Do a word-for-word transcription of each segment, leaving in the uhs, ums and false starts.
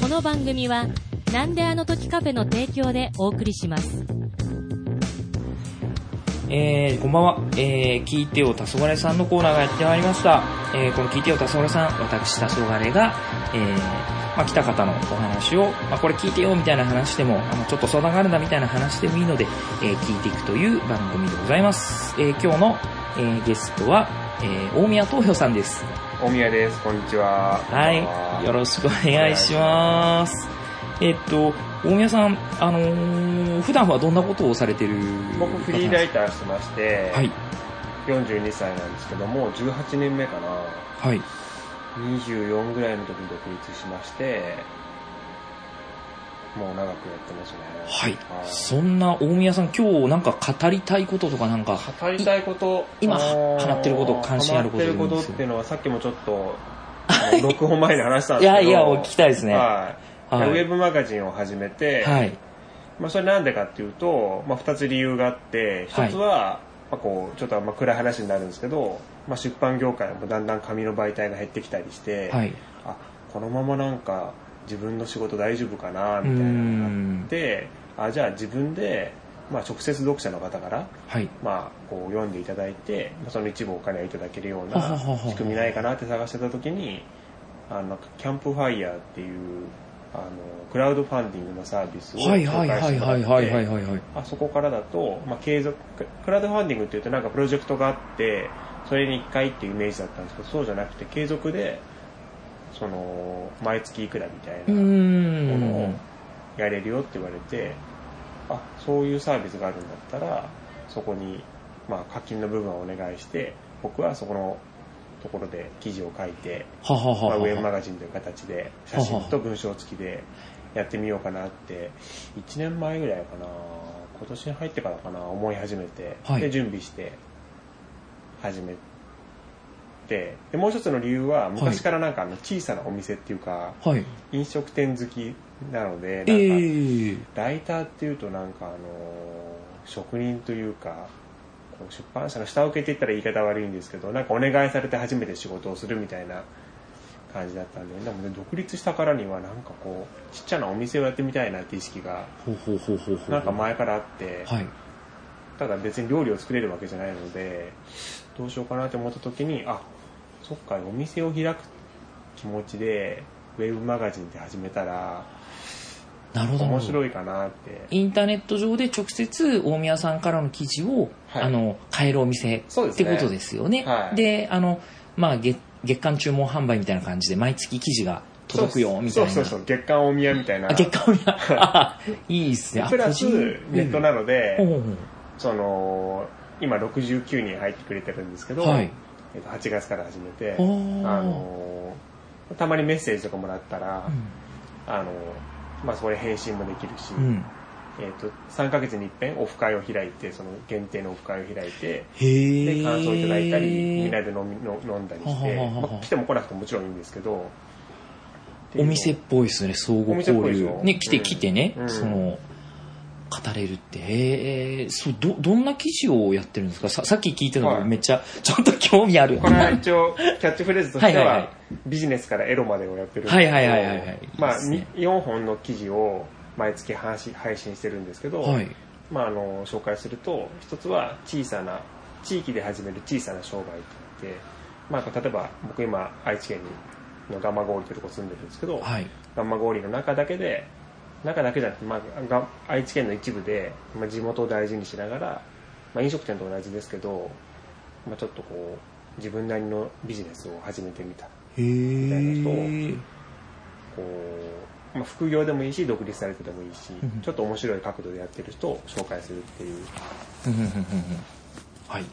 この番組はなんであの時カフェの提供でお送りします。 えー、こんばんは、えー、聞いてよ黄昏さんのコーナーがやってまいりました。えー、この聞いてよ黄昏さん、私黄昏が、えー、まあ、来た方のお話を、まあ、これ聞いてよみたいな話でも、あのちょっと相談があるんだみたいな話でもいいので、えー、聞いていくという番組でございます。えー、今日の、えー、ゲストは、えー、大宮東洋さんです。 大宮です。こんにちは。 はい、よろしくお願いします。えー、っと大宮さん、あのー、普段はどんなことをされてる？ 僕フリーライターしてまして、 はい、 よんじゅうにさいなんですけども、じゅうはちねんめかな。 はい。 にじゅうよんぐらいの時に独立しまして、もう長くやってますね。 はい。はい、そんな大宮さん、今日なんか語りたいこととかなんか語りたいこと、 今ハマってること、関心あること、 ハマってることっていうのはさっきもちょっと録音前に話したんですけど、 いやいや聞きたいですね。 はい。はい、ウェブマガジンを始めて、 はい、 まあ、それなんでかっていうと、まあ、ふたつ理由があって、ひとつは、はい、まあ、こうちょっとまあ暗い話になるんですけど、まあ、出版業界もだんだん紙の媒体が減ってきたりして、 はい、 あこのままなんか自分の仕事大丈夫かなみたいなのがあって、あじゃあ自分で、まあ、直接読者の方から、はい、まあ、こう読んでいただいて、その一部お金をいただけるような仕組みないかなって探してた時に、あのキャンプファイヤーっていうあのクラウドファンディングのサービスを紹介してもらって、あそこからだと、まあ、継続クラウドファンディングっていうとなんかプロジェクトがあってそれにいっかいっていうイメージだったんですけど、そうじゃなくて継続でその毎月いくらみたいなものをやれるよって言われて、あそういうサービスがあるんだったらそこに、まあ、課金の部分をお願いして、僕はそこのところで記事を書いて、ははははまあ、ウェブマガジンという形で写真と文章付きでやってみようかなっていちねんまえぐらいかな、今年に入ってからかな思い始めて、はい、で準備して始めて、でもう一つの理由は昔からなんかあの小さなお店っていうか、はい、飲食店好きなので、なんか、えー、ライターっていうとなんかあの職人というか出版社の下請けって言ったら言い方悪いんですけど、なんかお願いされて初めて仕事をするみたいな感じだったんで、でもね、独立したからにはなんかこうちっちゃなお店をやってみたいなって意識がなんか前からあって、はい、ただ別に料理を作れるわけじゃないのでどうしようかなって思った時に、あそっかお店を開く気持ちでウェブマガジンで始めたらなるほど面白いかなって。 インターネット上で直接大宮さんからの記事を、はい、あの買えるお店ってことですよね。はい、で、あのまあ 月, 月間注文販売みたいな感じで毎月記事が届くよみたいな。 そうそうそう、月間大宮みたいな。 あ月間大宮。いいっすね。 プラスネットなので、うん、その今ろくじゅうきゅうにん入ってくれてるんですけど、はい、えっとはちがつから始めて、あのたまにメッセージとかもらったら、うん、あの。まあ、そこで返信もできるし、うん、えー、とさんかげつに一遍オフ会を開いて、その限定のオフ会を開いて、で感想をいただいたりみんなで飲みの飲んだりして、はははは、まあ、来ても来なくてももちろんいいんですけど、 お店っぽいですね。相互交流ね、来て来てね、うん、その語れるって、えー、そう ど, どんな記事をやってるんですか？ さ, さっき聞いてたのがめっちゃちょっと興味ある。 これは一応キャッチフレーズとしてははいはい、はい、ビジネスからエロまでをやってるんですけど、はいはいはいはい、まあ、よんほんの記事を毎月配信してるんですけど、はい、まあ、あの紹介すると、一つは小さな地域で始める小さな商売といって、まあ、例えば僕今愛知県の蒲郡というところ住んでるんですけど、はい、蒲郡の中だけで中だけじゃなくて、まあ、愛知県の一部で、まあ、地元を大事にしながら、まあ、飲食店と同じですけど、まあ、ちょっとこう自分なりのビジネスを始めてみたみたいな人をこう、まあ、副業でもいいし独立されてでもいいし、ちょっと面白い角度でやってる人を紹介するっていうはい、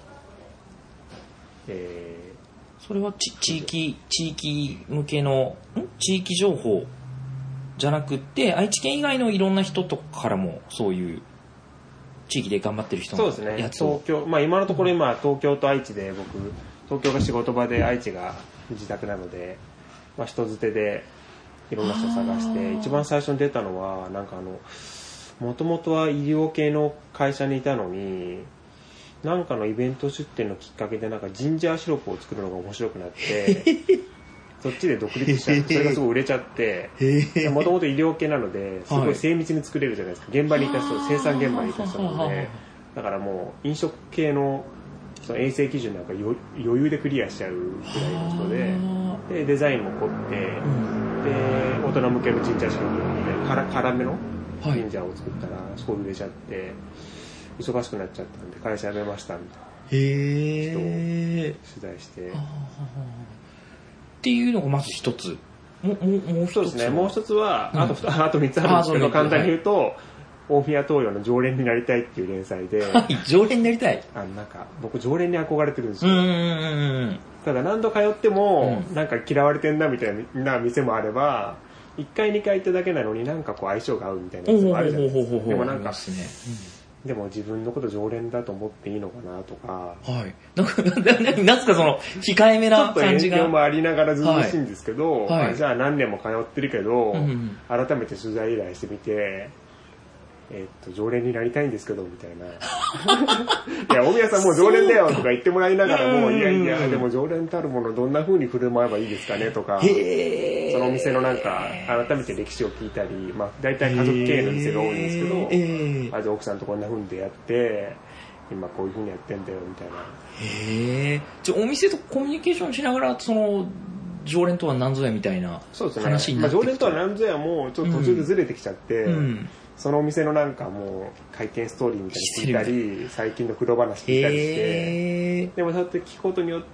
えー、それはち地域地域向けのん地域情報じゃなくって愛知県以外のいろんな人とかからもそういう地域で頑張ってる人のやつを。 そうですね。東京、まあ今のところ今東京と愛知で僕東京が仕事場で愛知が自宅なので、まあ、人づてでいろんな人探して、一番最初に出たのはなんかあのもともとは医療系の会社にいたのに、なんかのイベント出店のきっかけでなんかジンジャーシロップを作るのが面白くなってそっちで独立しちゃって、それがすごい売れちゃって、もともと医療系なので、すごい精密に作れるじゃないですか。現場にいた人、生産現場にいた人なので、だからもう飲食系のその衛生基準なんか余裕でクリアしちゃうぐらいの人で、で、デザインも凝って、で、大人向けのジンジャーシャンプーで、辛めのジンジャーを作ったら、すごい売れちゃって、忙しくなっちゃったんで、会社辞めましたみたいな。へ人を取材して。 っていうのがまず一つ。もう、もう一つ。 そうですね。もう一つは、うん、あと、あと三つあるんですけど、簡単に言うと、はい、大宮東洋の常連になりたいっていう連載で。 はい、常連になりたい。 あの、なんか、僕常連に憧れてるんですよ。うんうんうん、ただ何度通っても、うん、なんか嫌われてんなみたいな店もあれば、一回二回行っただけなのになんかこう相性が合うみたいなやつもあるじゃないですか。でもなんか、でも自分のこと常連だと思っていいのかなとか。 はい。なんか、なんすかその、控えめな感じが。 ちょっと遠慮もありながらずうずしいんですけど、はいはい、じゃあ何年も通ってるけど、うん、改めて取材依頼してみて、えー、っと、常連になりたいんですけど、みたいな。いや、大宮さんもう常連だよとか言ってもらいながらも、いやいや、でも常連たるものどんな風に振る舞えばいいですかねとか、そのお店のなんか、改めて歴史を聞いたり、まあ、大体家族経営の店が多いんですけど、あ、じゃあ奥さんとこんな風に出会って、今こういう風にやってんだよ、みたいな。 へー。じゃあお店とコミュニケーションしながら、その、常連とは何ぞやみたいな話になってきて、 まあ、常連とは何ぞやもちょっと途中でずれてきちゃって、うんうんそのお店のなんかもう回転ストーリーみたいに聞いたり、最近の黒話聞いたりして、でもそうやって聞くことによって、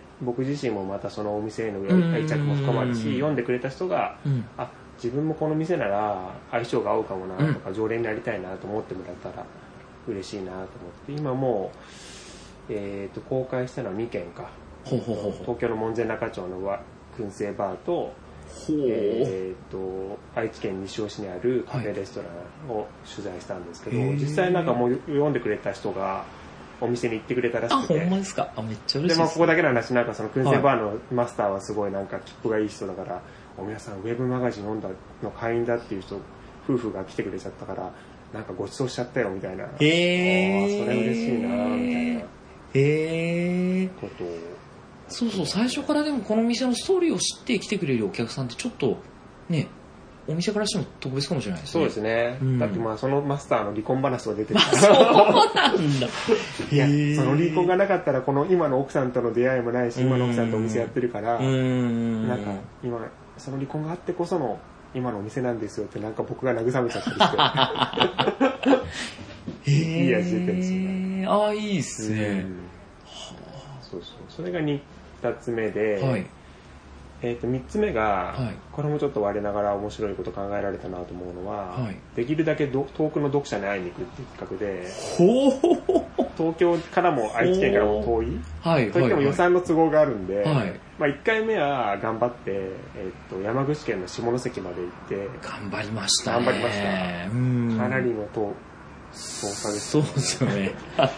僕自身もまたそのお店への愛着も深まるし、読んでくれた人が、うん、あ、自分もこの店なら相性が合うかもなとか、うん、常連になりたいなと思ってもらったら嬉しいなと思って、今もう、えーと、公開したのはにけんか。ほうほうほうほう東京の門前仲町の燻製バーと、えー、と愛知県西尾市にあるカフェレストランを取材したんですけど、はい、実際なんかもう読んでくれた人がお店に行ってくれたらしくて、 あ、ほんまですか。あ、めっちゃ嬉しいです。 で、まあ、ここだけの話、なんかその燻製バーのマスターはすごいなんか切符がいい人だから、お皆さんウェブマガジン読んだの会員だっていう人、夫婦が来てくれちゃったから、なんかご馳走しちゃったよみたいな。へー。それ嬉しいなみたいな。へー。ことを。 そうそう、最初からでもこの店のストーリーを知って来てくれるお客さんってちょっとね、お店からしても特別かもしれないですね。 そうですね。うん、だってまあそのマスターの離婚話が出てるから。 そうなんだ。 いや、その離婚がなかったらこの今の奥さんとの出会いもないし、今の奥さんとお店やってるから、んなんか今、その離婚があってこその今のお店なんですよってなんか僕が慰めちゃったりして。いい味出てるんですよね。 ああ、いいっすね。 そうそう。それがにふたつめで、はい、えー、とみっつめが、はい、これもちょっと我ながら面白いこと考えられたなと思うのは、はい、できるだけど遠くの読者に会いに行くっていう企画で、東京からも愛知県からも遠い、はい、といっても予算の都合があるんで、はい、まあ、いっかいめは頑張って、えー、と山口県の下関まで行って頑張りましたね。 頑張りました。うん、かなりの遠さです、 ね、そうですよね。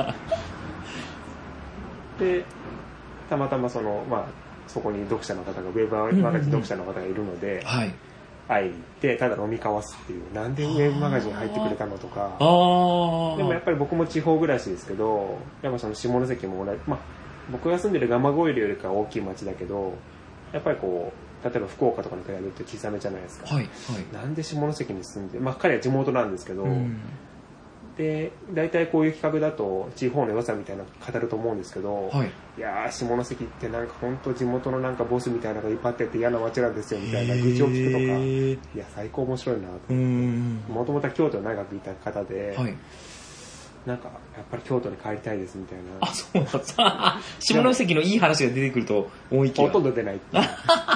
でたまたまその、まあ、そこに読者の方がウェブマガジン読者の方がいるので、はい、会いに行ってただ飲み交わすっていう、なんでウェブマガジン入ってくれたのとか。あでもやっぱり僕も地方暮らしですけど、やっぱその下関も同じ、まあ、僕が住んでる蒲郡よりかは大きい町だけど、やっぱりこう例えば福岡とかに比べると小さめじゃないですか、はいはい、なんで下関に住んで、まあ、彼は地元なんですけど、うん、で大体こういう企画だと地方の良さみたいなの語ると思うんですけど、はい、いやー下関ってなんか本当地元のなんかボスみたいなのがいっぱいあってて嫌な街なんですよみたいな愚痴を聞くとか、いや最高面白いなと。もともとは京都に長くいた方で、はい、なんかやっぱり京都に帰りたいですみたいな。 あ、そうなんですか。下関のいい話が出てくると思いきやほとんど出ないっていう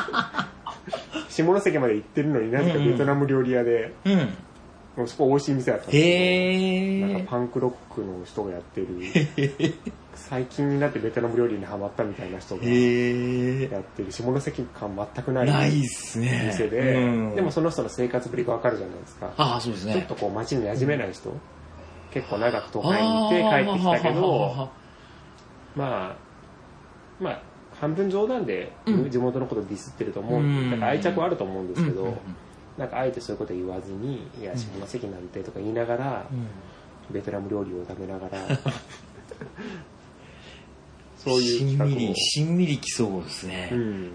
下関まで行ってるのになんかベトナム料理屋で、うんうんもうそこ美味しい店だったんですけど、なんかパンクロックの人がやってる最近になってベトナム料理にハマったみたいな人がやってる下関感全くない店で、うん、でもその人の生活ぶりが分かるじゃないですか。 あ、そうですね、 ちょっとこう街に馴染めない人、うん、結構長く都会にいて帰ってきたけど、まあまあ半分冗談で地元のことディスってると思う、うん、だから愛着はあると思うんですけど、うんうんうん、なんかあえてそういうこと言わずに、いや下関なんてとか言いながら、うん、ベトナム料理を食べながらそそういう企画を。 しんみり、しんみりきそうですね。 うん。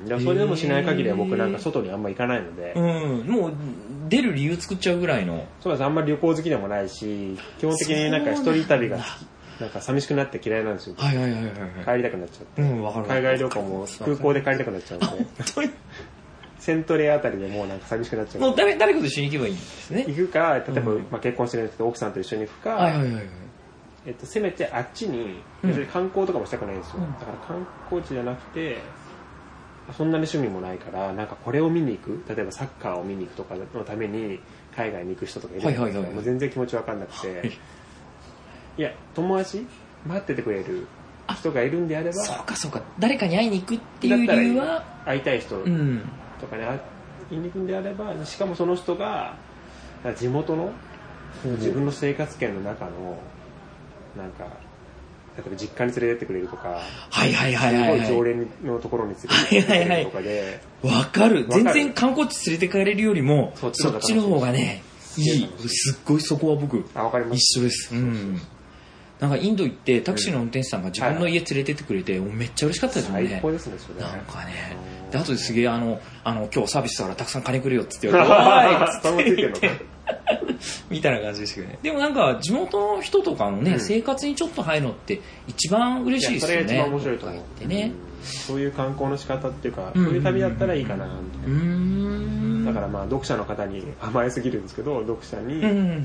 でもそれでもしない限りは僕なんか外にあんま行かないので。 うん。もう、出る理由作っちゃうぐらいの。 そうです。あんまり旅行好きでもないし、基本的になんか一人旅が好き、なんか寂しくなって嫌いなんですよ。 はいはいはいはい。 帰りたくなっちゃって。 うん、わかる。 海外旅行も空港で帰りたくなっちゃうんで。本当にセントレーあたりでもうなんか寂しくなっちゃう。 もう誰、誰かと一緒に行けばいいんですね。 行くか、例えば、 うん、 まあ、結婚してるんですけど、奥さんと一緒に行くか、 はいはいはいはい。 えっと、せめてあっちに、別に観光とかもしたくないんですよ。うん、だから観光地じゃなくて、そんなに趣味もないから、なんかこれを見に行く、例えばサッカーを見に行くとかのために海外に行く人とかいるんですけど、はいはいはい、もう全然気持ちわかんなくて、はい、いや、友達待っててくれる人がいるんであれば、 そうかそうか、誰かに会いに行くっていう理由は、 会いたい人とかに会いに行くんであれば、しかもその人が地元の、自分の生活圏の中の、なんか、例えば実家に連れてってくれるとか、 はいはいはいはい、はい。 すごい常連のところに連れてってくれるとかで。 わ、はいはい、かる。全然観光地連れて帰れるよりも、そっちの, そっちの方がね、いい。すっごいそこは僕、 あ、わかります。 一緒です。うん。なんかインド行ってタクシーの運転手さんが自分の家連れてってくれて、うん、めっちゃ嬉しかったですもんね。 最高ですね、それ。 なんかね。で、あとですげえ、あの、あの、今日サービスだからたくさん金くれよって言って言われて、おーいっつって言って。みたいな感じですけどね。でもなんか地元の人とかのね、うん、生活にちょっと入るのって一番嬉しいですよね。 それが一番面白いと思ってね、うん。そういう観光の仕方っていうか、そういう旅だったらいいかなみたいな。うん、だからまあ読者の方に甘えすぎるんですけど、読者に、うん、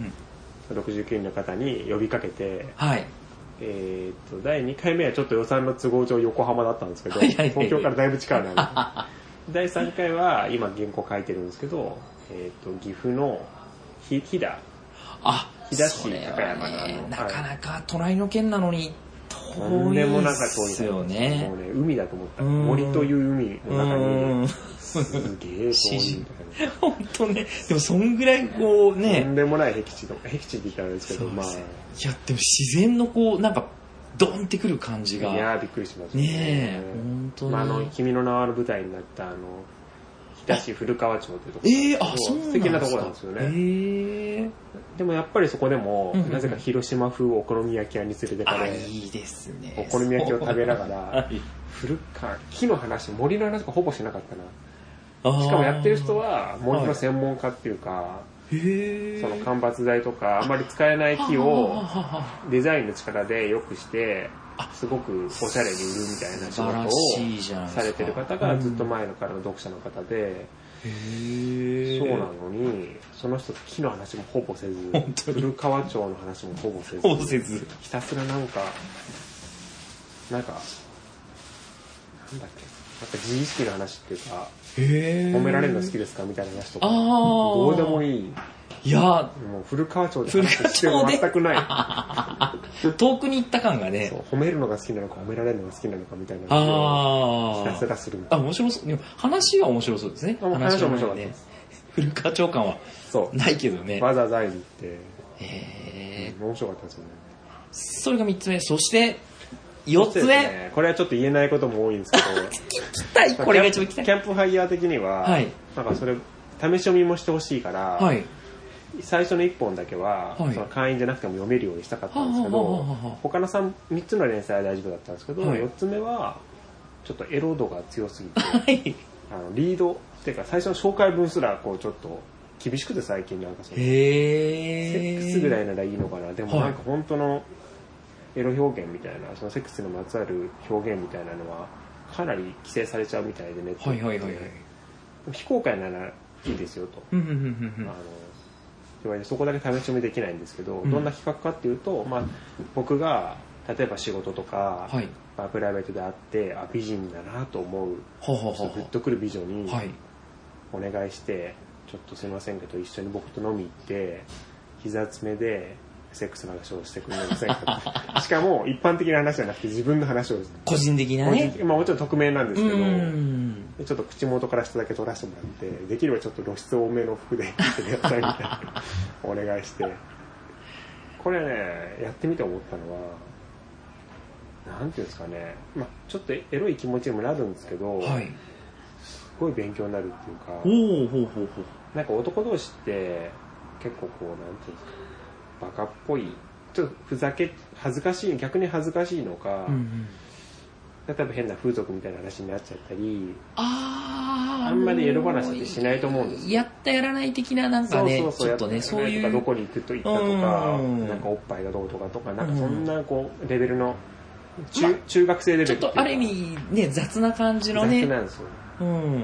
ろくじゅうきゅうにんの方に呼びかけて、はい、えー、とだいにかいめはちょっと予算の都合上横浜だったんですけど、はいはいはい、東京からだいぶ近いなのでだいさんかいは今原稿書いてるんですけど、えー、と岐阜の飛騨、 あ、 飛騨市高山の、ね、なかなか隣の県なのに遠いですよね。 もうね、海だと思った。森という海の中にすげえ遠いみたいな。 本当ね。でもそんぐらいこうね。 とんでもない僻地の僻地って言ったらあれですけど、まあ。いやでも自然のこうなんかドンってくる感じが。 いやーびっくりしますね。ねえ、本当に。 まああの君の名はの舞台になったあの。飛騨市古川町というところ、 えー、あ、そうなんですか。 素敵なところなんですよね。えー、でもやっぱりそこでも、うんうんうん、なぜか広島風お好み焼き屋に連れてかれ、 いいですね。 お好み焼きを食べながら、古川、木の話、森の話がほぼしなかったな。しかもやってる人は森の専門家っていうか、はい、その間伐材とかあんまり使えない木をデザインの力で良くして、すごくおしゃれに売るみたいな仕事をされてる方がずっと前のからの読者の方で、へそうなのにその人と木の話もほぼせず、古川町の話もほぼせず、 ほぼせずひたすらなんかなんかなんだっけ、なんか自意識の話っていうか、褒められるの好きですかみたいな話とか、どうでもいい。 いやもう古川町で話しても全くない遠くに行った感がね、 そう褒めるのが好きなのか褒められるのが好きなのかみたいなのをひたすらする。 あ、面白そう。でも話は面白そうですね。 話は面白かったです。 古川町感はないけどね。 わざわざ会いに行ってへー、面白かったですよね。 それがみっつめ。そしてよっつめ、ね、 これはちょっと言えないことも多いんですけど聞きたい。これが一番聞きたい。 キャンプファイヤー的には、はい、なんかそれ試し読みもしてほしいから、はい、最初のいっぽんだけは、はい、その会員じゃなくても読めるようにしたかったんですけど、はははは他の 3, 3つの連載は大丈夫だったんですけど、はい、よっつめはちょっとエロ度が強すぎて、はい、あのリードっていうか最初の紹介文すらこうちょっと厳しくて、最近なんかそのセックスぐらいならいいのかな、でもなんか本当のエロ表現みたいな、そのセックスにまつわる表現みたいなのはかなり規制されちゃうみたいでね、はいはいはいはい、非公開ならいいですよと、あの言われて、そこだけ試し読みできないんですけど、うん、どんな企画かっていうと、まあ、僕が例えば仕事とか、はい、まあ、プライベートであってあ美人だなと思うグッとくる美女にお願いして、ちょっとすいませんけど一緒に僕と飲み行って膝詰めでセックスの話をしてくれませんかしかも一般的な話じゃなくて自分の話を個人的なね、 まあ、もちろん匿名なんですけど、でちょっと口元から下だけ取らせてもらって、できればちょっと露出多めの服で着てくださいみたいなお願いして、これねやってみて思ったのは、なんていうんですかね、まあ、ちょっとエロい気持ちにもなるんですけど、はい、すごい勉強になるっていうか、 ほうほうほうほう、 なんか男同士って結構こうなんていうんですか、バカっぽい、ちょっとふざけ恥ずかしい、逆に恥ずかしいのか、うんうん、 例えば変な風俗みたいな話になっちゃったり、 ああんまりエロ話ってしないと思うんですよ。 やったやらない的ななんかね、 そうそうそう、 ちょっとね、そういう。 どこに行くと行ったとか、なんかおっぱいがどうとかとか、なんかそんなこう、レベルの、中、ま、中学生レベル。 ちょっとある意味ね、雑な感じのね。 雑なんですよ。 うん、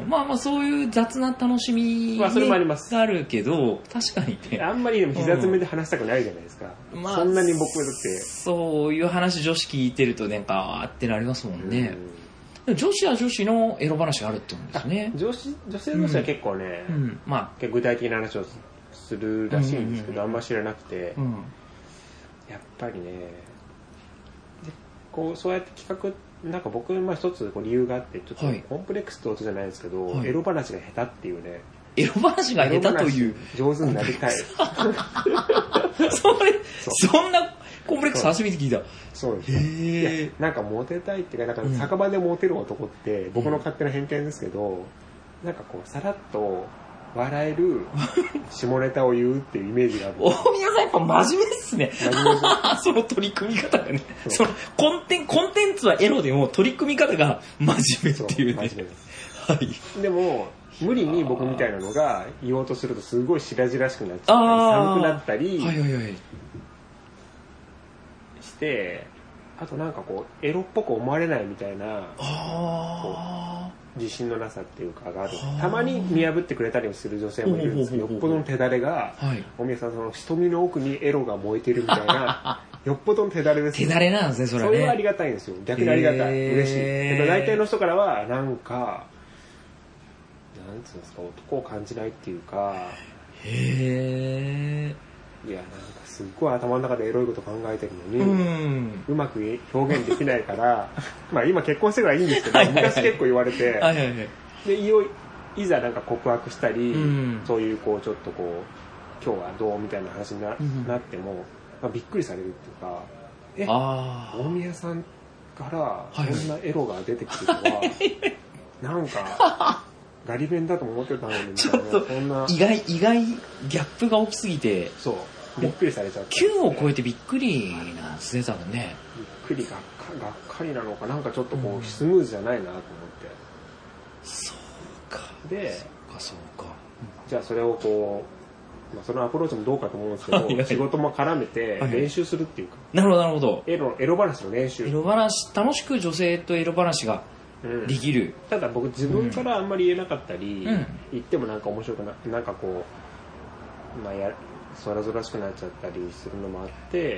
まあまあそういう雑な楽しみ、ね、 まあそれもあります。 があるけど、確かにね。 あんまりでも膝詰めで話したくないじゃないですか。うん、まあ、そんなに僕だって。 そういう話女子聞いてるとなんか、あってなりますもんね。うん、女子は女子のエロ話があるってことですね。 女子、女性同士は結構ね、うんうん、まあ、具体的な話をするらしいんですけど、うんうんうん、あんま知らなくて、うん、やっぱりね、でこう、そうやって企画なんか僕、まあ一つこう理由があって、ちょっとコンプレックスってことじゃないですけど、はい、エロ話が下手っていうね。 エロ話が下手という。 上手になりたい。 それ、そんなコンプレックス初めて聞いた。 そうですね。なんかモテたいっていうか、なんか酒場でモテる男って、僕の勝手な偏見ですけど、うん、なんかこう、さらっと、笑える下ネタを言うっていうイメージがある。 大宮さんやっぱ真面目っすね。真面目その取り組み方がね。そのコンテン、コンテンツはエロでも取り組み方が真面目っていうね。 真面目です。はい。でも、無理に僕みたいなのが言おうとするとすごい白々しくなっちゃったり、寒くなったり、はいはいはい。して、あとなんかこう、エロっぽく思われないみたいな、あ自信のなさっていうかがある。たまに見破ってくれたりする女性もいるんですけど、よっぽどの手だれが、はい、大宮さんその瞳の奥にエロが燃えてるみたいな、よっぽどの手だれです、 ね。手だれなんですね、それはね。 それはありがたいんですよ。逆にありがたい。嬉しい。けど大体の人からは、なんか、なんつうんですか、男を感じないっていうか、へー。いや、なんかすっごい頭の中でエロいこと考えてるのに、うん、うまく表現できないから、まあ今結婚してからいいんですけど、はいはいはい、昔結構言われて、はいはいはい、で、いよいざなんか告白したり、うん、そういうこうちょっとこう、今日はどうみたいな話に な,、うん、なっても、まあ、びっくりされるっていうか、え、大宮さんからそんなエロが出てきてるのは、はい、なんか、ガリ弁だと思ってたのにみたいな、 ちょっとそんな意外、意外、ギャップが大きすぎて、 そう。びっくりされちゃった、ね。 きゅうを超えてびっくりなんですね、多分ね。 びっくりがっか、がっかりなのか、なんかちょっとこう、スムーズじゃないなと思って。 そうか。 で、 そうか、そうか。 じゃあそれをこう、まあ、そのアプローチもどうかと思うんですけど、はいはい、仕事も絡めて練習するっていうか。 なるほど、なるほど。 エロ、エロ話の練習。 エロ話、楽しく女性とエロ話ができる。うん、 ただ僕自分からあんまり言えなかったり、うん、言ってもなんか面白くな、なんかこう、まあや、そらぞらしくなっちゃったりするのもあって、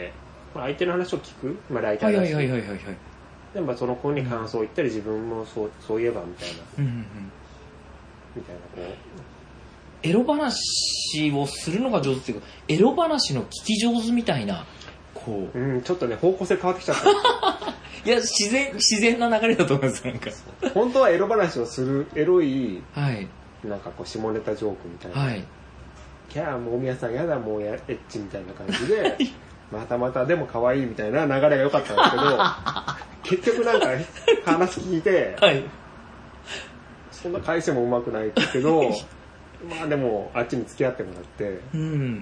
まあ、相手の話を聞く、まあ、大体だし、はいはいはいはいはい、でもその子に感想を言ったり、自分もそう、そういえばみたいな、うんうんうん、みたいなこうエロ話をするのが上手っていうか、エロ話の聞き上手みたいな、こう、うん、ちょっとね方向性変わってきちゃった。 いや自然自然な流れだと思います。なんか本当はエロ話をするエロい、はい、なんかこう下ネタジョークみたいな。はい、キャーもう大宮さんやだもうやエッチみたいな感じでまたまたでも可愛いみたいな流れが良かったんですけど結局なんか話聞いて、はい、そんな返せもうまくないけどまあでもあっちに付き合ってもらって、うん、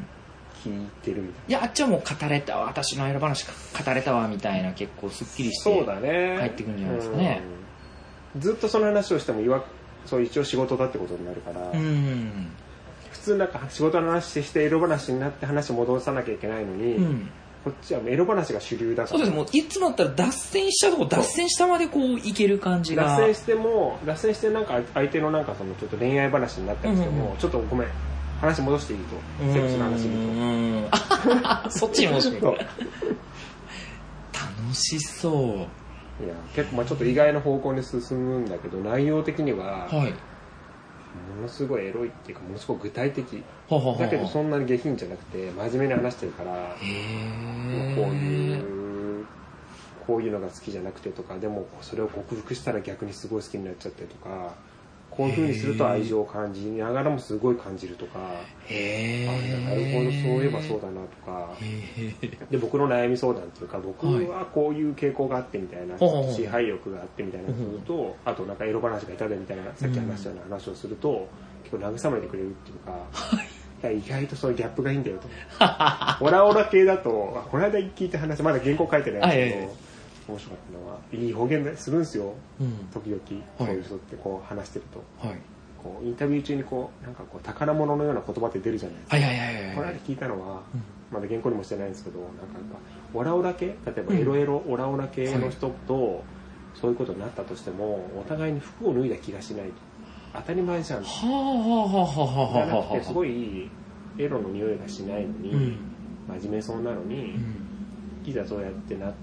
聞いてるみたいな。 いやあっちはもう語れたわ、私のエロ話語れたわみたいな、結構すっきりしてそうだね帰ってくるんじゃないですかね。 うん、ずっとその話をしてもいわそう一応仕事だってことになるから、うん、普通なんか仕事の話してエロ話になって話戻さなきゃいけないのに、うん、こっちはエロ話が主流だから。 そうです。もういつもだったら脱線したとこ脱線したまでこういける感じが。 脱線しても脱線してなんか相手のなんかそのちょっと恋愛話になったりしても、うんうん、ちょっとごめん話戻していいと、セックスの話いいと。そっちに戻していいと。楽しそう。 いや結構まあちょっと意外な方向に進むんだけど、内容的には。はい、ものすごいエロいっていうか、ものすごい具体的ははははだけどそんなに下品じゃなくて真面目に話してるから、へこういうこういうのが好きじゃなくてとか、でもそれを克服したら逆にすごい好きになっちゃってとか、こういう風にすると愛情を感じながらもすごい感じるとか、へあなるほどそういえばそうだなとか、で僕の悩み相談っていうか、僕はこういう傾向があってみたいな、はい、支配欲があってみたいなことと、あとなんかエロ話がいたでみたいなさっき話したような話をすると、結構慰めてくれるっていうか、いや意外とそういうギャップがいいんだよと。オラオラ系だと、この間聞いた話まだ原稿書いてないんですけど、 面白かったのは、いい表現するんですよ、 うん、 時々、はい、そういう人ってこう話してると、はい、こうインタビュー中にこうなんかこう宝物のような言葉って出るじゃないですか。はいはいはいはい、これ聞いたのは、うん、まだ原稿にもしてないんですけど、なんかオラオラ系、例えばエロエロ、うん、オラオラ系の人とそういうことになったとしても、お互いに服を脱いだ気がしないと、当たり前じゃん。はあはあはあはあはあはあ。すごいエロの匂いがしないのに、うん、真面目そうなのに、うん、いざそうやってなって。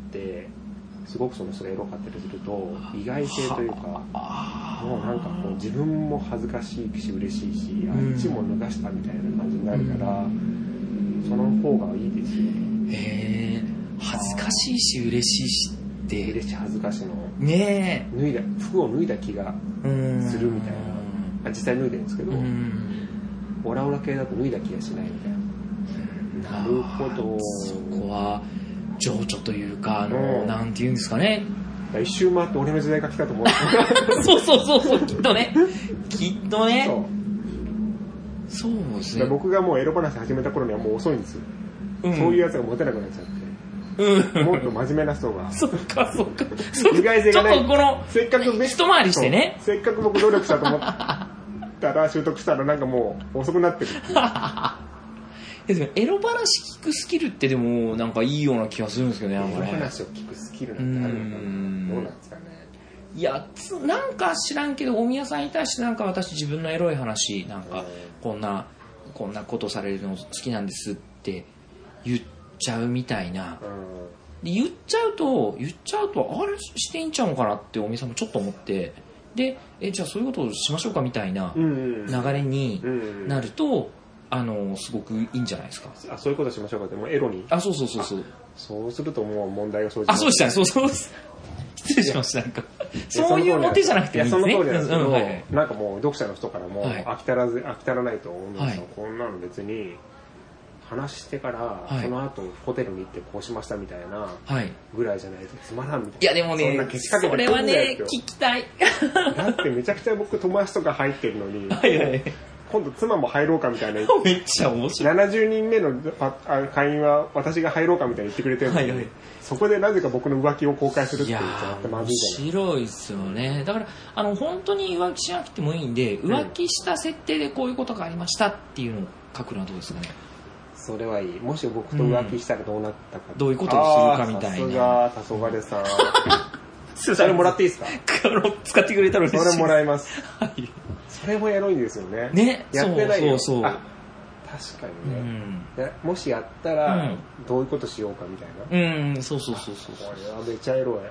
すごくその人がエロかったりすると意外性というか、もうなんかこう自分も恥ずかしいし嬉しいし、あっちも脱がしたみたいな感じになるから、その方がいいですよね。へえ、恥ずかしいし嬉しいしって嬉しい恥ずかしいのねえ、脱いだ服を脱いだ気がするみたいな、実際脱いでるんですけど、オラオラ系だと脱いだ気がしないみたいな。なるほど、そこは情緒というか、あの、うん、なんていうんですかね。一周回って俺の時代が来たと思う。そうそうそうそう、きっとね。きっとね。そう。そうですね。僕がもうエロ話始めた頃にはもう遅いんですよ。うん、そういうやつがモテなくなっちゃって。うん、もっと真面目な人が。そっかそっか。意外性がない。ちょっとこの、せっかく一回りしてね。せっかく僕努力したと思ったら、習得したらなんかもう遅くなってるっていう。エロ話聞くスキルってでもなんかいいような気がするんですけどね。エロ話を聞くスキルなんてあるのかな。どうなんですかね。いやつなんか知らんけど大宮さんに対してなんか私自分のエロい話なんかこんなこんなことされるの好きなんですって言っちゃうみたいな。で言っちゃうと言っちゃうとあれしていいんちゃうのかなって大宮さんもちょっと思って、でえじゃあそういうことをしましょうかみたいな流れになると。あのすごくいいんじゃないですか。あ、そういうことしましょうか。でもエロに。あ、そうそうそうそう。そうするともう問題が生じる。あ、そうでしたね。そうそう。失礼しました。なんかそういうの手じゃなくていいですね。いやその通りなんですけど、うんはい、なんかもう読者の人からも飽き足らず飽き足らないと思うんですよ。こんなの別に話してから、はい、その後ホテルに行ってこうしましたみたいなぐらいじゃないとつまらんみたいな。いやでもね、そ, それはね聞きたい。だってめちゃくちゃ僕友達とか入ってるのに。はいはい今度妻も入ろうかみたいなめっちゃ面白いななじゅうにんめの会員は私が入ろうかみたいに言ってくれてるのに、はいはい、そこでなぜか僕の浮気を公開するっていうのってまずいじゃない。面白いですよね。だからあの本当に浮気しなくてもいいんで、浮気した設定でこういうことがありましたっていうのを書くのはどうですかね。それはいい。もし僕と浮気したらどうなったか、うん、どういうことをするかみたいな。さすが黄昏さんそれもらっていいですか。使ってくれたら嬉しいです。それもらいます、はいそれもエロいんですよね。ね、やってないよ。そうそうそう。あ、確かにね、うん、もしやったらどういうことしようかみたいな。うん、うん、そうそうそうそう。これはめちゃエロい。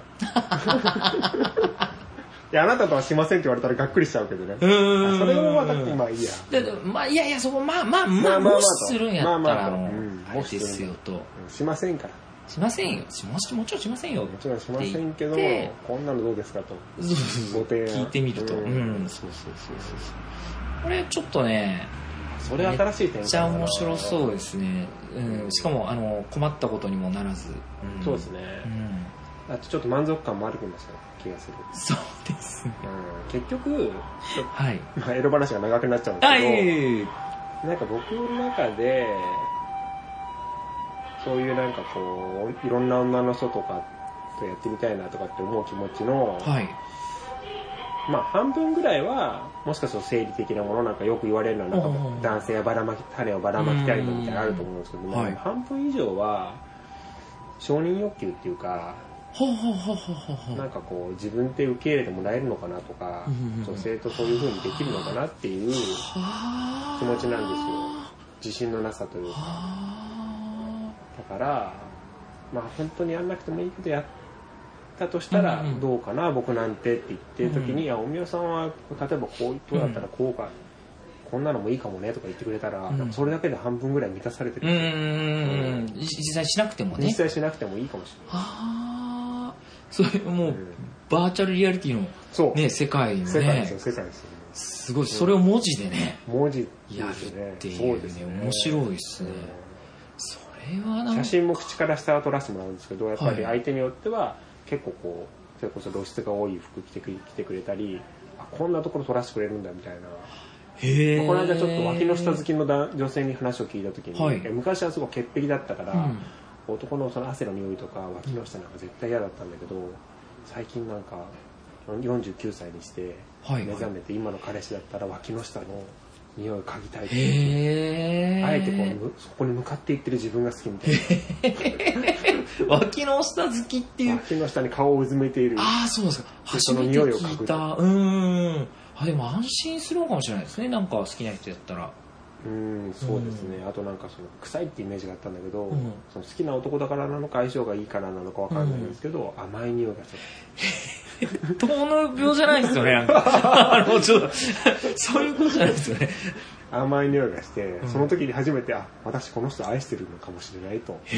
いやあなたとはしませんって言われたらがっくりしちゃうけどね。うん。それもまたまあいいや。だってまあいやいやそこまあまあまあもしするんやったらもうですよと。しませんから。しませんよ。しましもちろんしませんよ。もちろんしませんけど、こんなのどうですかと。ご提案聞いてみると、うん、うん、そうそうそうそう。これちょっとね、それ新しい点めっちゃ面白そうですね。うん、しかもあの困ったことにもならず、うん、そうですね。うん、あとちょっと満足感もある気がする。そうですね。うん、結局、はい、まあエロ話が長くなっちゃうんですけど、はい、なんか僕の中で。そういうなんかこういろんな女の人とかとやってみたいなとかって思う気持ちの、はい、まあ半分ぐらいはもしかすると生理的なものなんかよく言われるのはなんか男性がばらまき種をばらまきたいみたいなのあると思うんですけど、はい、半分以上は承認欲求っていうか、なんかこう自分で受け入れてもらえるのかなとか、女性とそういう風にできるのかなっていう気持ちなんですよ。自信のなさというか。だからまあ本当にやんなくてもいいけどやったとしたらどうかな、うんうん、僕なんてって言ってる時に、うん、いやおみおさんは例えばこういう人だったらこうか、うん、こんなのもいいかもねとか言ってくれたら、うん、それだけで半分ぐらい満たされてる、うんうん、実際しなくてもね実際しなくてもいいかもしれない。はあ、それもう、うん、バーチャルリアリティの、ね、世界のね世界ですよ世界ですよ、ね、すごいそれを文字でね文字やるっていうね面白いですね、うん写真も口から下は撮らせてもらうんですけど、やっぱり相手によっては結構こうそれこそ露出が多い服着てく、着てくれたり、あこんなところ撮らせてくれるんだみたいな。へー、この間ちょっと脇の下好きの女性に話を聞いた時に、はい、昔はすごい潔癖だったから、うん、 男のその汗の匂いとか脇の下なんか絶対嫌だったんだけど、最近なんかよんじゅうきゅうさいにして目覚めて、今の彼氏だったら脇の下の匂いを嗅ぎたいって、あえてこうそこに向かっていってる自分が好きみたいな。脇の下好きっていう。 脇の下に顔をうずめている。 ああ、そうですか。初めて聞いた。うーん。あ、でも安心するのかもしれないですね。なんか好きな人やったら。 うん、そうですね。あとなんかその臭いってイメージがあったんだけど、うん、その好きな男だからなのか相性がいいからなのかわかんないんですけど、うん、甘い匂いがする。糖尿病じゃないですよね。なんかあのちょっとそういうことじゃないですよね。 甘い匂いがして、うん、その時に初めて、あ、私この人愛してるのかもしれないと思った。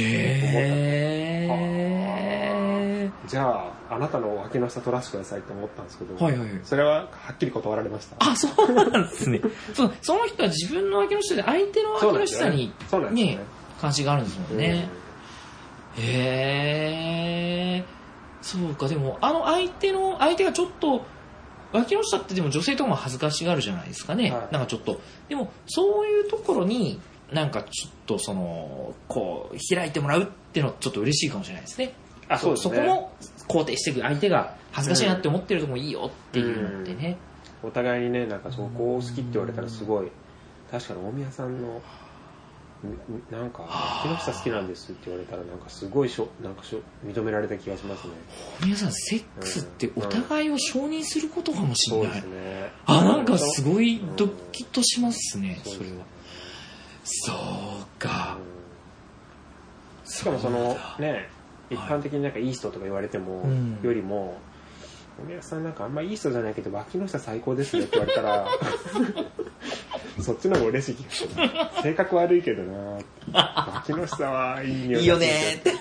へー。 じゃああなたの脇の下取らせてくださいと思ったんですけど、 はいはい、 それははっきり断られました。 あ、そうなんですね。そ, その人は自分の脇の下で相手の脇の下にね、ね、関心があるんですもんね。うん、へー。そうか、でもあの相手の相手がちょっと脇の下ってでも女性とかも恥ずかしがるじゃないですかね、はい、なんかちょっとでもそういうところになんかちょっとそのこう開いてもらうっていうのはちょっと嬉しいかもしれないですね。 あ、そうですね。 そこも肯定していく、相手が恥ずかしいなって思ってるとこもいいよっていうのってね、 うん、お互いにね、なんかそこを好きって言われたらすごい、確かに大宮さんのなんか木下好きなんですって言われたらなんかすごいしょなんかしょ認められた気がしますね。 皆さんセックスってお互いを承認することかもしれない、うんうん、 そうですね。 あ、なんかすごいドキッとしますね、うん、それは。そうか、 うん、しかもそのね、一般的になんかいい人とか言われても、はい、よりもお宮さんなんかあんまいい人じゃないけど脇の下最高ですねって言われたらそっちの方が嬉しい気がする。性格悪いけどな、脇の下はいい匂い。 いいよねって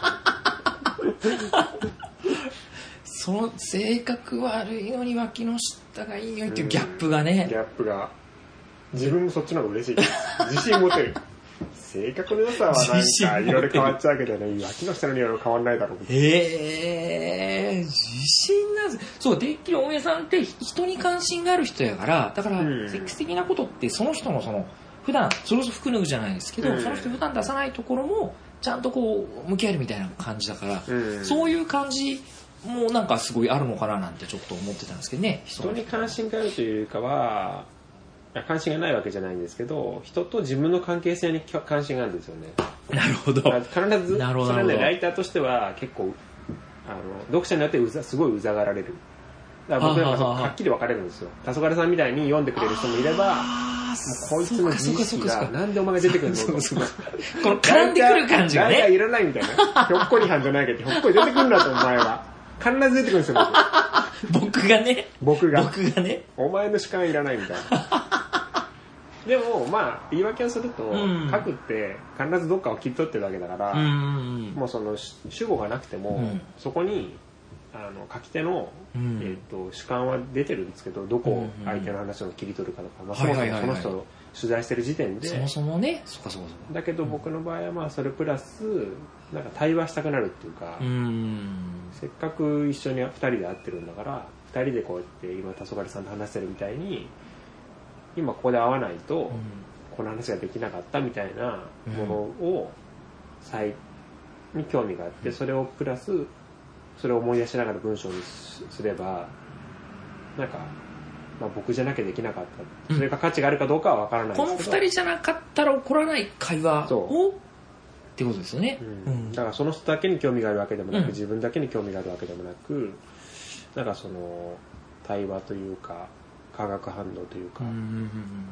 その性格悪いのに脇の下がいい匂いっていうギャップがね、 ギャップが自分もそっちの方が嬉しい。自信持てる。性格の良さはなんかいろいろ変わっちゃうけどね、脇の下の匂いは変わんないだろう。 へえー、自信なんです。そう、てっきり大宮さんって人に関心がある人やから、だから、うん、セックス的なことってその人のその普段それこそ服脱ぐじゃないですけど、うん、その人普段出さないところもちゃんとこう向き合えるみたいな感じだから、うん、そういう感じもなんかすごいあるのかななんてちょっと思ってたんですけどね。 人に関心があるというかは。関心がないわけじゃないんですけど、人と自分の関係性に関心があるんですよね。 なるほど。 必ずそれはね、ライターとしては結構あの読者によってうざすごいうざがられる。だから僕なんかはっきり分かれるんですよ。黄昏さんみたいに読んでくれる人もいれば、もうこいつの自意識がなんでお前が出てくるのと。この絡んでくる感じがね。 ライターいらないみたいな。ひょっこりはんじゃないけど、ひょっこり出てくるんだとお前は。必ず出てくるんですよ。 僕がね。 僕が。 僕がね。 お前の主観いらないみたいな。でもまあ言い訳をすると、うん、書くって必ずどっかを切り取ってるわけだから、うん、もうその主語がなくても、うん、そこにあの書き手の、うん、えー、と主観は出てるんですけど、どこを相手の話を切り取るかとか、まあ、そもそもその人を取材してる時点で、 そもそもね、そっかそもそもだけど僕の場合はまあそれプラスなんか対話したくなるっていうか、うん、せっかく一緒にふたりで会ってるんだからふたりでこうやって今黄昏さんと話してるみたいに今ここで会わないとこの話ができなかったみたいなものを再に興味があって、それをプラスそれを思い出しながら文章にすればなんか、まあ、僕じゃなきゃできなかった、それが価値があるかどうかは分からないですけど、 このふたりじゃなかったら起こらない会話をってことですよね、 うん、だからその人だけに興味があるわけでもなく、うん、自分だけに興味があるわけでもなく、なんかその対話というか化学反応というか、うんうんうん、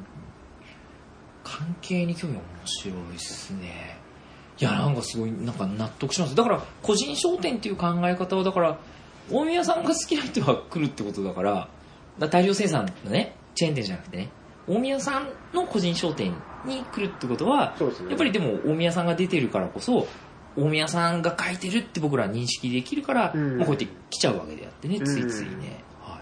関係に興味は面白いですね。いや、なんかすごいなんか納得します。だから個人商店っていう考え方はだから大宮さんが好きな人が来るってことだから、だ大量生産のねチェーン店じゃなくてね、大宮さんの個人商店に来るってことは、そうですね、やっぱりでも大宮さんが出てるからこそ大宮さんが書いてるって僕ら認識できるから、うん、まあ、こうやって来ちゃうわけであってね、ついついね、うん、はい、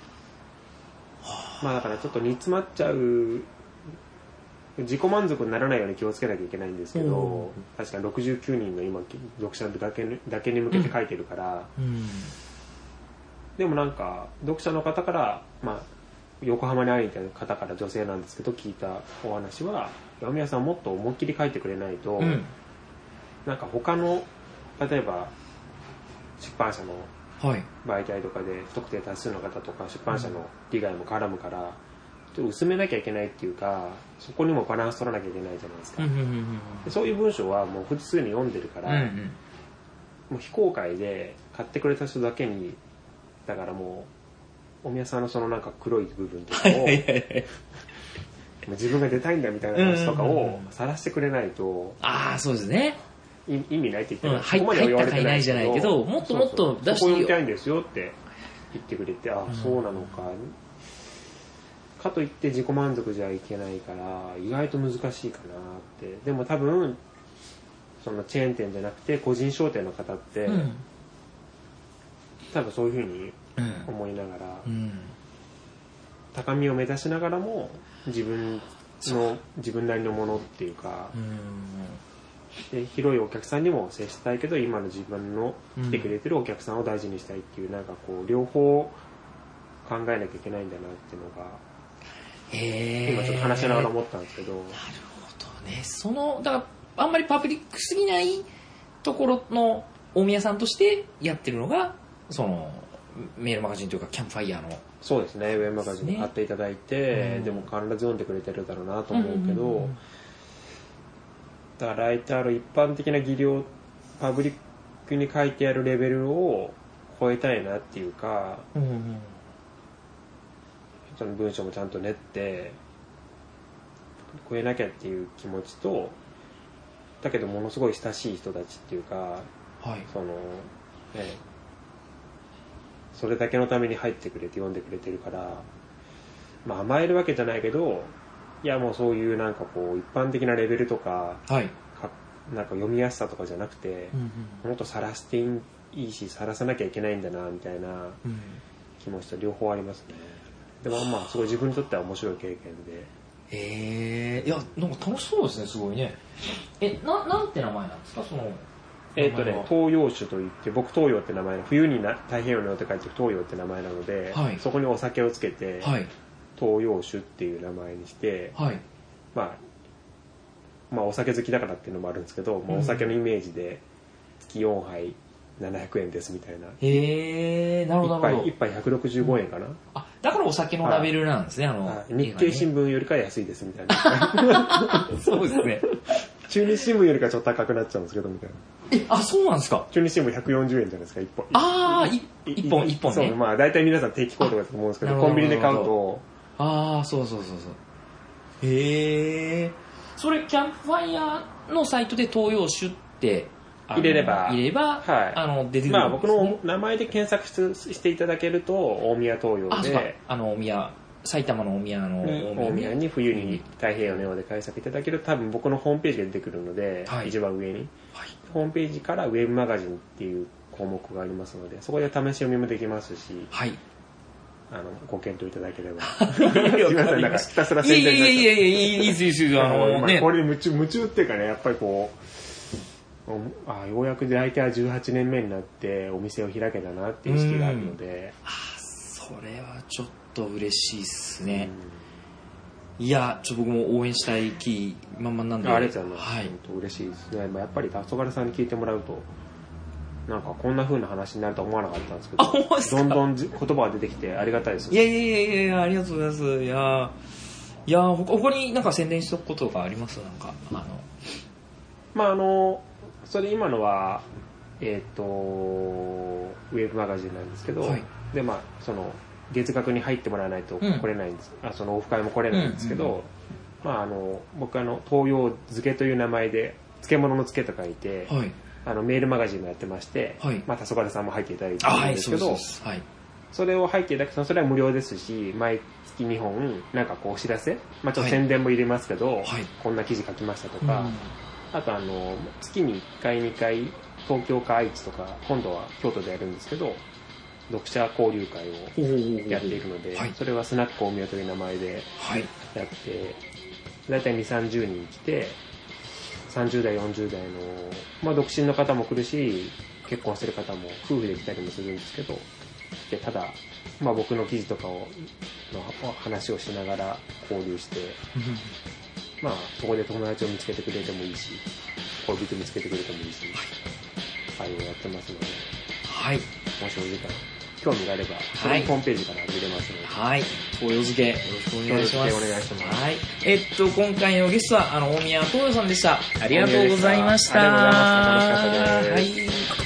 まあだからちょっと煮詰まっちゃう、自己満足にならないように気をつけなきゃいけないんですけど、確かにろくじゅうきゅうにんの今読者だけだけに向けて書いてるから、うんうん、でもなんか読者の方から、まあ、横浜に会いに行った方から女性なんですけど聞いたお話は、山宮さんもっと思いっきり書いてくれないと、うん、 なんか他の例えば出版社の媒体とかで不特定多数の方とか出版社の利害も絡むから、ちょっと薄めなきゃいけないっていうか、そこにもバランス取らなきゃいけないじゃないですか。でそういう文章はもう普通に読んでるから、うんうん、もう非公開で買ってくれた人だけに、だからもう大宮さんのそのなんか黒い部分とかを自分が出たいんだみたいな話とかを晒してくれないと、 ああそうですね、 意味ないって言ってない、うん、 入ったかいないじゃないけど、もっともっと出していいよ、 そこ読みたいんですよって言ってくれて、ああそうなのか、かといって自己満足じゃいけないから意外と難しいかなって。でも多分そのチェーン店じゃなくて個人商店の方って、うん、多分そういうふうに思いながら、うん、高みを目指しながらも自分の自分なりのものっていうか、うん、で広いお客さんにも接したいけど今の自分の来てくれてるお客さんを大事にしたいっていう、なんかこう両方考えなきゃいけないんだなっていうのが、 へ今ちょっと話しながら思ったんですけど。なるほどね。そのだからあんまりパブリックすぎないところの大宮さんとしてやってるのがそのメールマガジンというかキャンプファイヤーの。 そうですね、ウェブマガジン買っていただいて、ね、でも必ず読んでくれてるだろうなと思うけど、うんうんうん、だからライターの一般的な技量、パブリックに書いてあるレベルを超えたいなっていうか、うんうん、その文章もちゃんと練って超えなきゃっていう気持ちと、だけどものすごい親しい人たちっていうか、はい、そのね、それだけのために入ってくれて読んでくれてるから、まあ甘えるわけじゃないけど、いやもうそういうなんかこう一般的なレベルとか、はい、かなんか読みやすさとかじゃなくて、うんうん、もっと晒していいし晒さなきゃいけないんだなみたいな気持ちと両方ありますね。でもまあすごい自分にとっては面白い経験で。 へえー、いやなんか楽しそうですね、すごいね。え、ななんて名前なんですかその。 えっとね、東洋酒といって、僕東洋って名前の、冬にな太平洋の洋って書いて東洋って名前なので、はい、そこにお酒をつけて、はい、東洋酒っていう名前にして、はい、まあ、まあお酒好きだからっていうのもあるんですけど、うん、まあ、お酒のイメージで月よんはいななひゃくえんですみたいな。 へえ、なるほどなるほど。 いっぱいひゃくろくじゅうごえんかな、うん、 あ、だからお酒のラベルなんですね、あの、 日経新聞よりか安いですみたいな。 そうですね。 中日新聞よりかちょっと高くなっちゃうんですけどみたいな。 え、あ、そうなんですか。 中日新聞ひゃくよんじゅうえんじゃないですか、いっぽん。 ああ、いっぽん、いっぽんね。 そう、まあ大体皆さん定期購読だと思うんですけど、コンビニで買うと。 ああ、そうそうそうそう。へえ。それ、キャンプファイヤーのサイトで東洋酒って入れれば、 入れれば、はい、あの、出てくるんですね。 まあ僕の名前で検索していただけると、大宮東洋で。あ、そうか。 あの、大宮。埼玉の大宮の大宮に冬に太平洋の洋で検索いただけると多分僕のホームページが出てくるので、はい、一番上に、はい、ホームページからウェブマガジンっていう項目がありますので、そこで試し読みもできますし、はい、あのご検討いただければ。すみません、なんかひたすら宣伝になっちゃって。 いやいやいやいや、いいですいいですあの、 まあ、これに夢中夢中っていうかね、やっぱりこう、あようやく出会い手はじゅうはちねんめになってお店を開けたなっていう意識があるので、 あそれはちょっと嬉しいっすね。いや、ちょっと僕も応援したい気満々なんで。 ありがとうございます。はい、本当嬉しいですね。やっぱり黄昏さんに聞いてもらうと、なんかこんな風な話になるとは思わなかったんですけど、どんどん言葉が出てきてありがたいです。 いやいやいやいや、ありがとうございます。いや、いや他になんか宣伝しとくことがあります？なんかあの、 まああのそれ今のはえっ、ー、とウェブマガジンなんですけど、はい、でまあその月額に入ってもらわないと来れないんです、うん、あそのオフ会も来れないんですけど、うんうんうん、まああの僕あの東洋漬けという名前で漬物の漬けと書いて、はい、あのメールマガジンもやってまして、はい、まあ黄昏さんも入っていただいてるんですけど、はい、そ, はい、それを入っていただくとそれは無料ですし、毎月にほんなんかこうお知らせ、まあちょっと宣伝も入れますけど、はい、こんな記事書きましたとか、うん、あとあの月にいっかいにかい東京か愛知とか今度は京都でやるんですけど、読者交流会をやっているので、はい、それはスナック大宮という名前でやって、だいたいにじゅう、さんじゅうにん来て、さんじゅうだい、よんじゅうだいの、まあ独身の方も来るし、結婚してる方も夫婦で来たりもするんですけど、でただ、まあ僕の記事とかを、の話をしながら交流して、まあそこで友達を見つけてくれてもいいし、 恋人見つけてくれてもいいし、はい、愛をやってますので、 はい。 もしお時間、興味があれば、それもホームページから見れますので、 はい。ご用付けよろしくお願いします。 よろしくお願いします。 はい。えっと、今回のゲストは、あの、大宮東洋さんでした。ありがとうございました。 ありがとうございました。楽しかったです。 はい。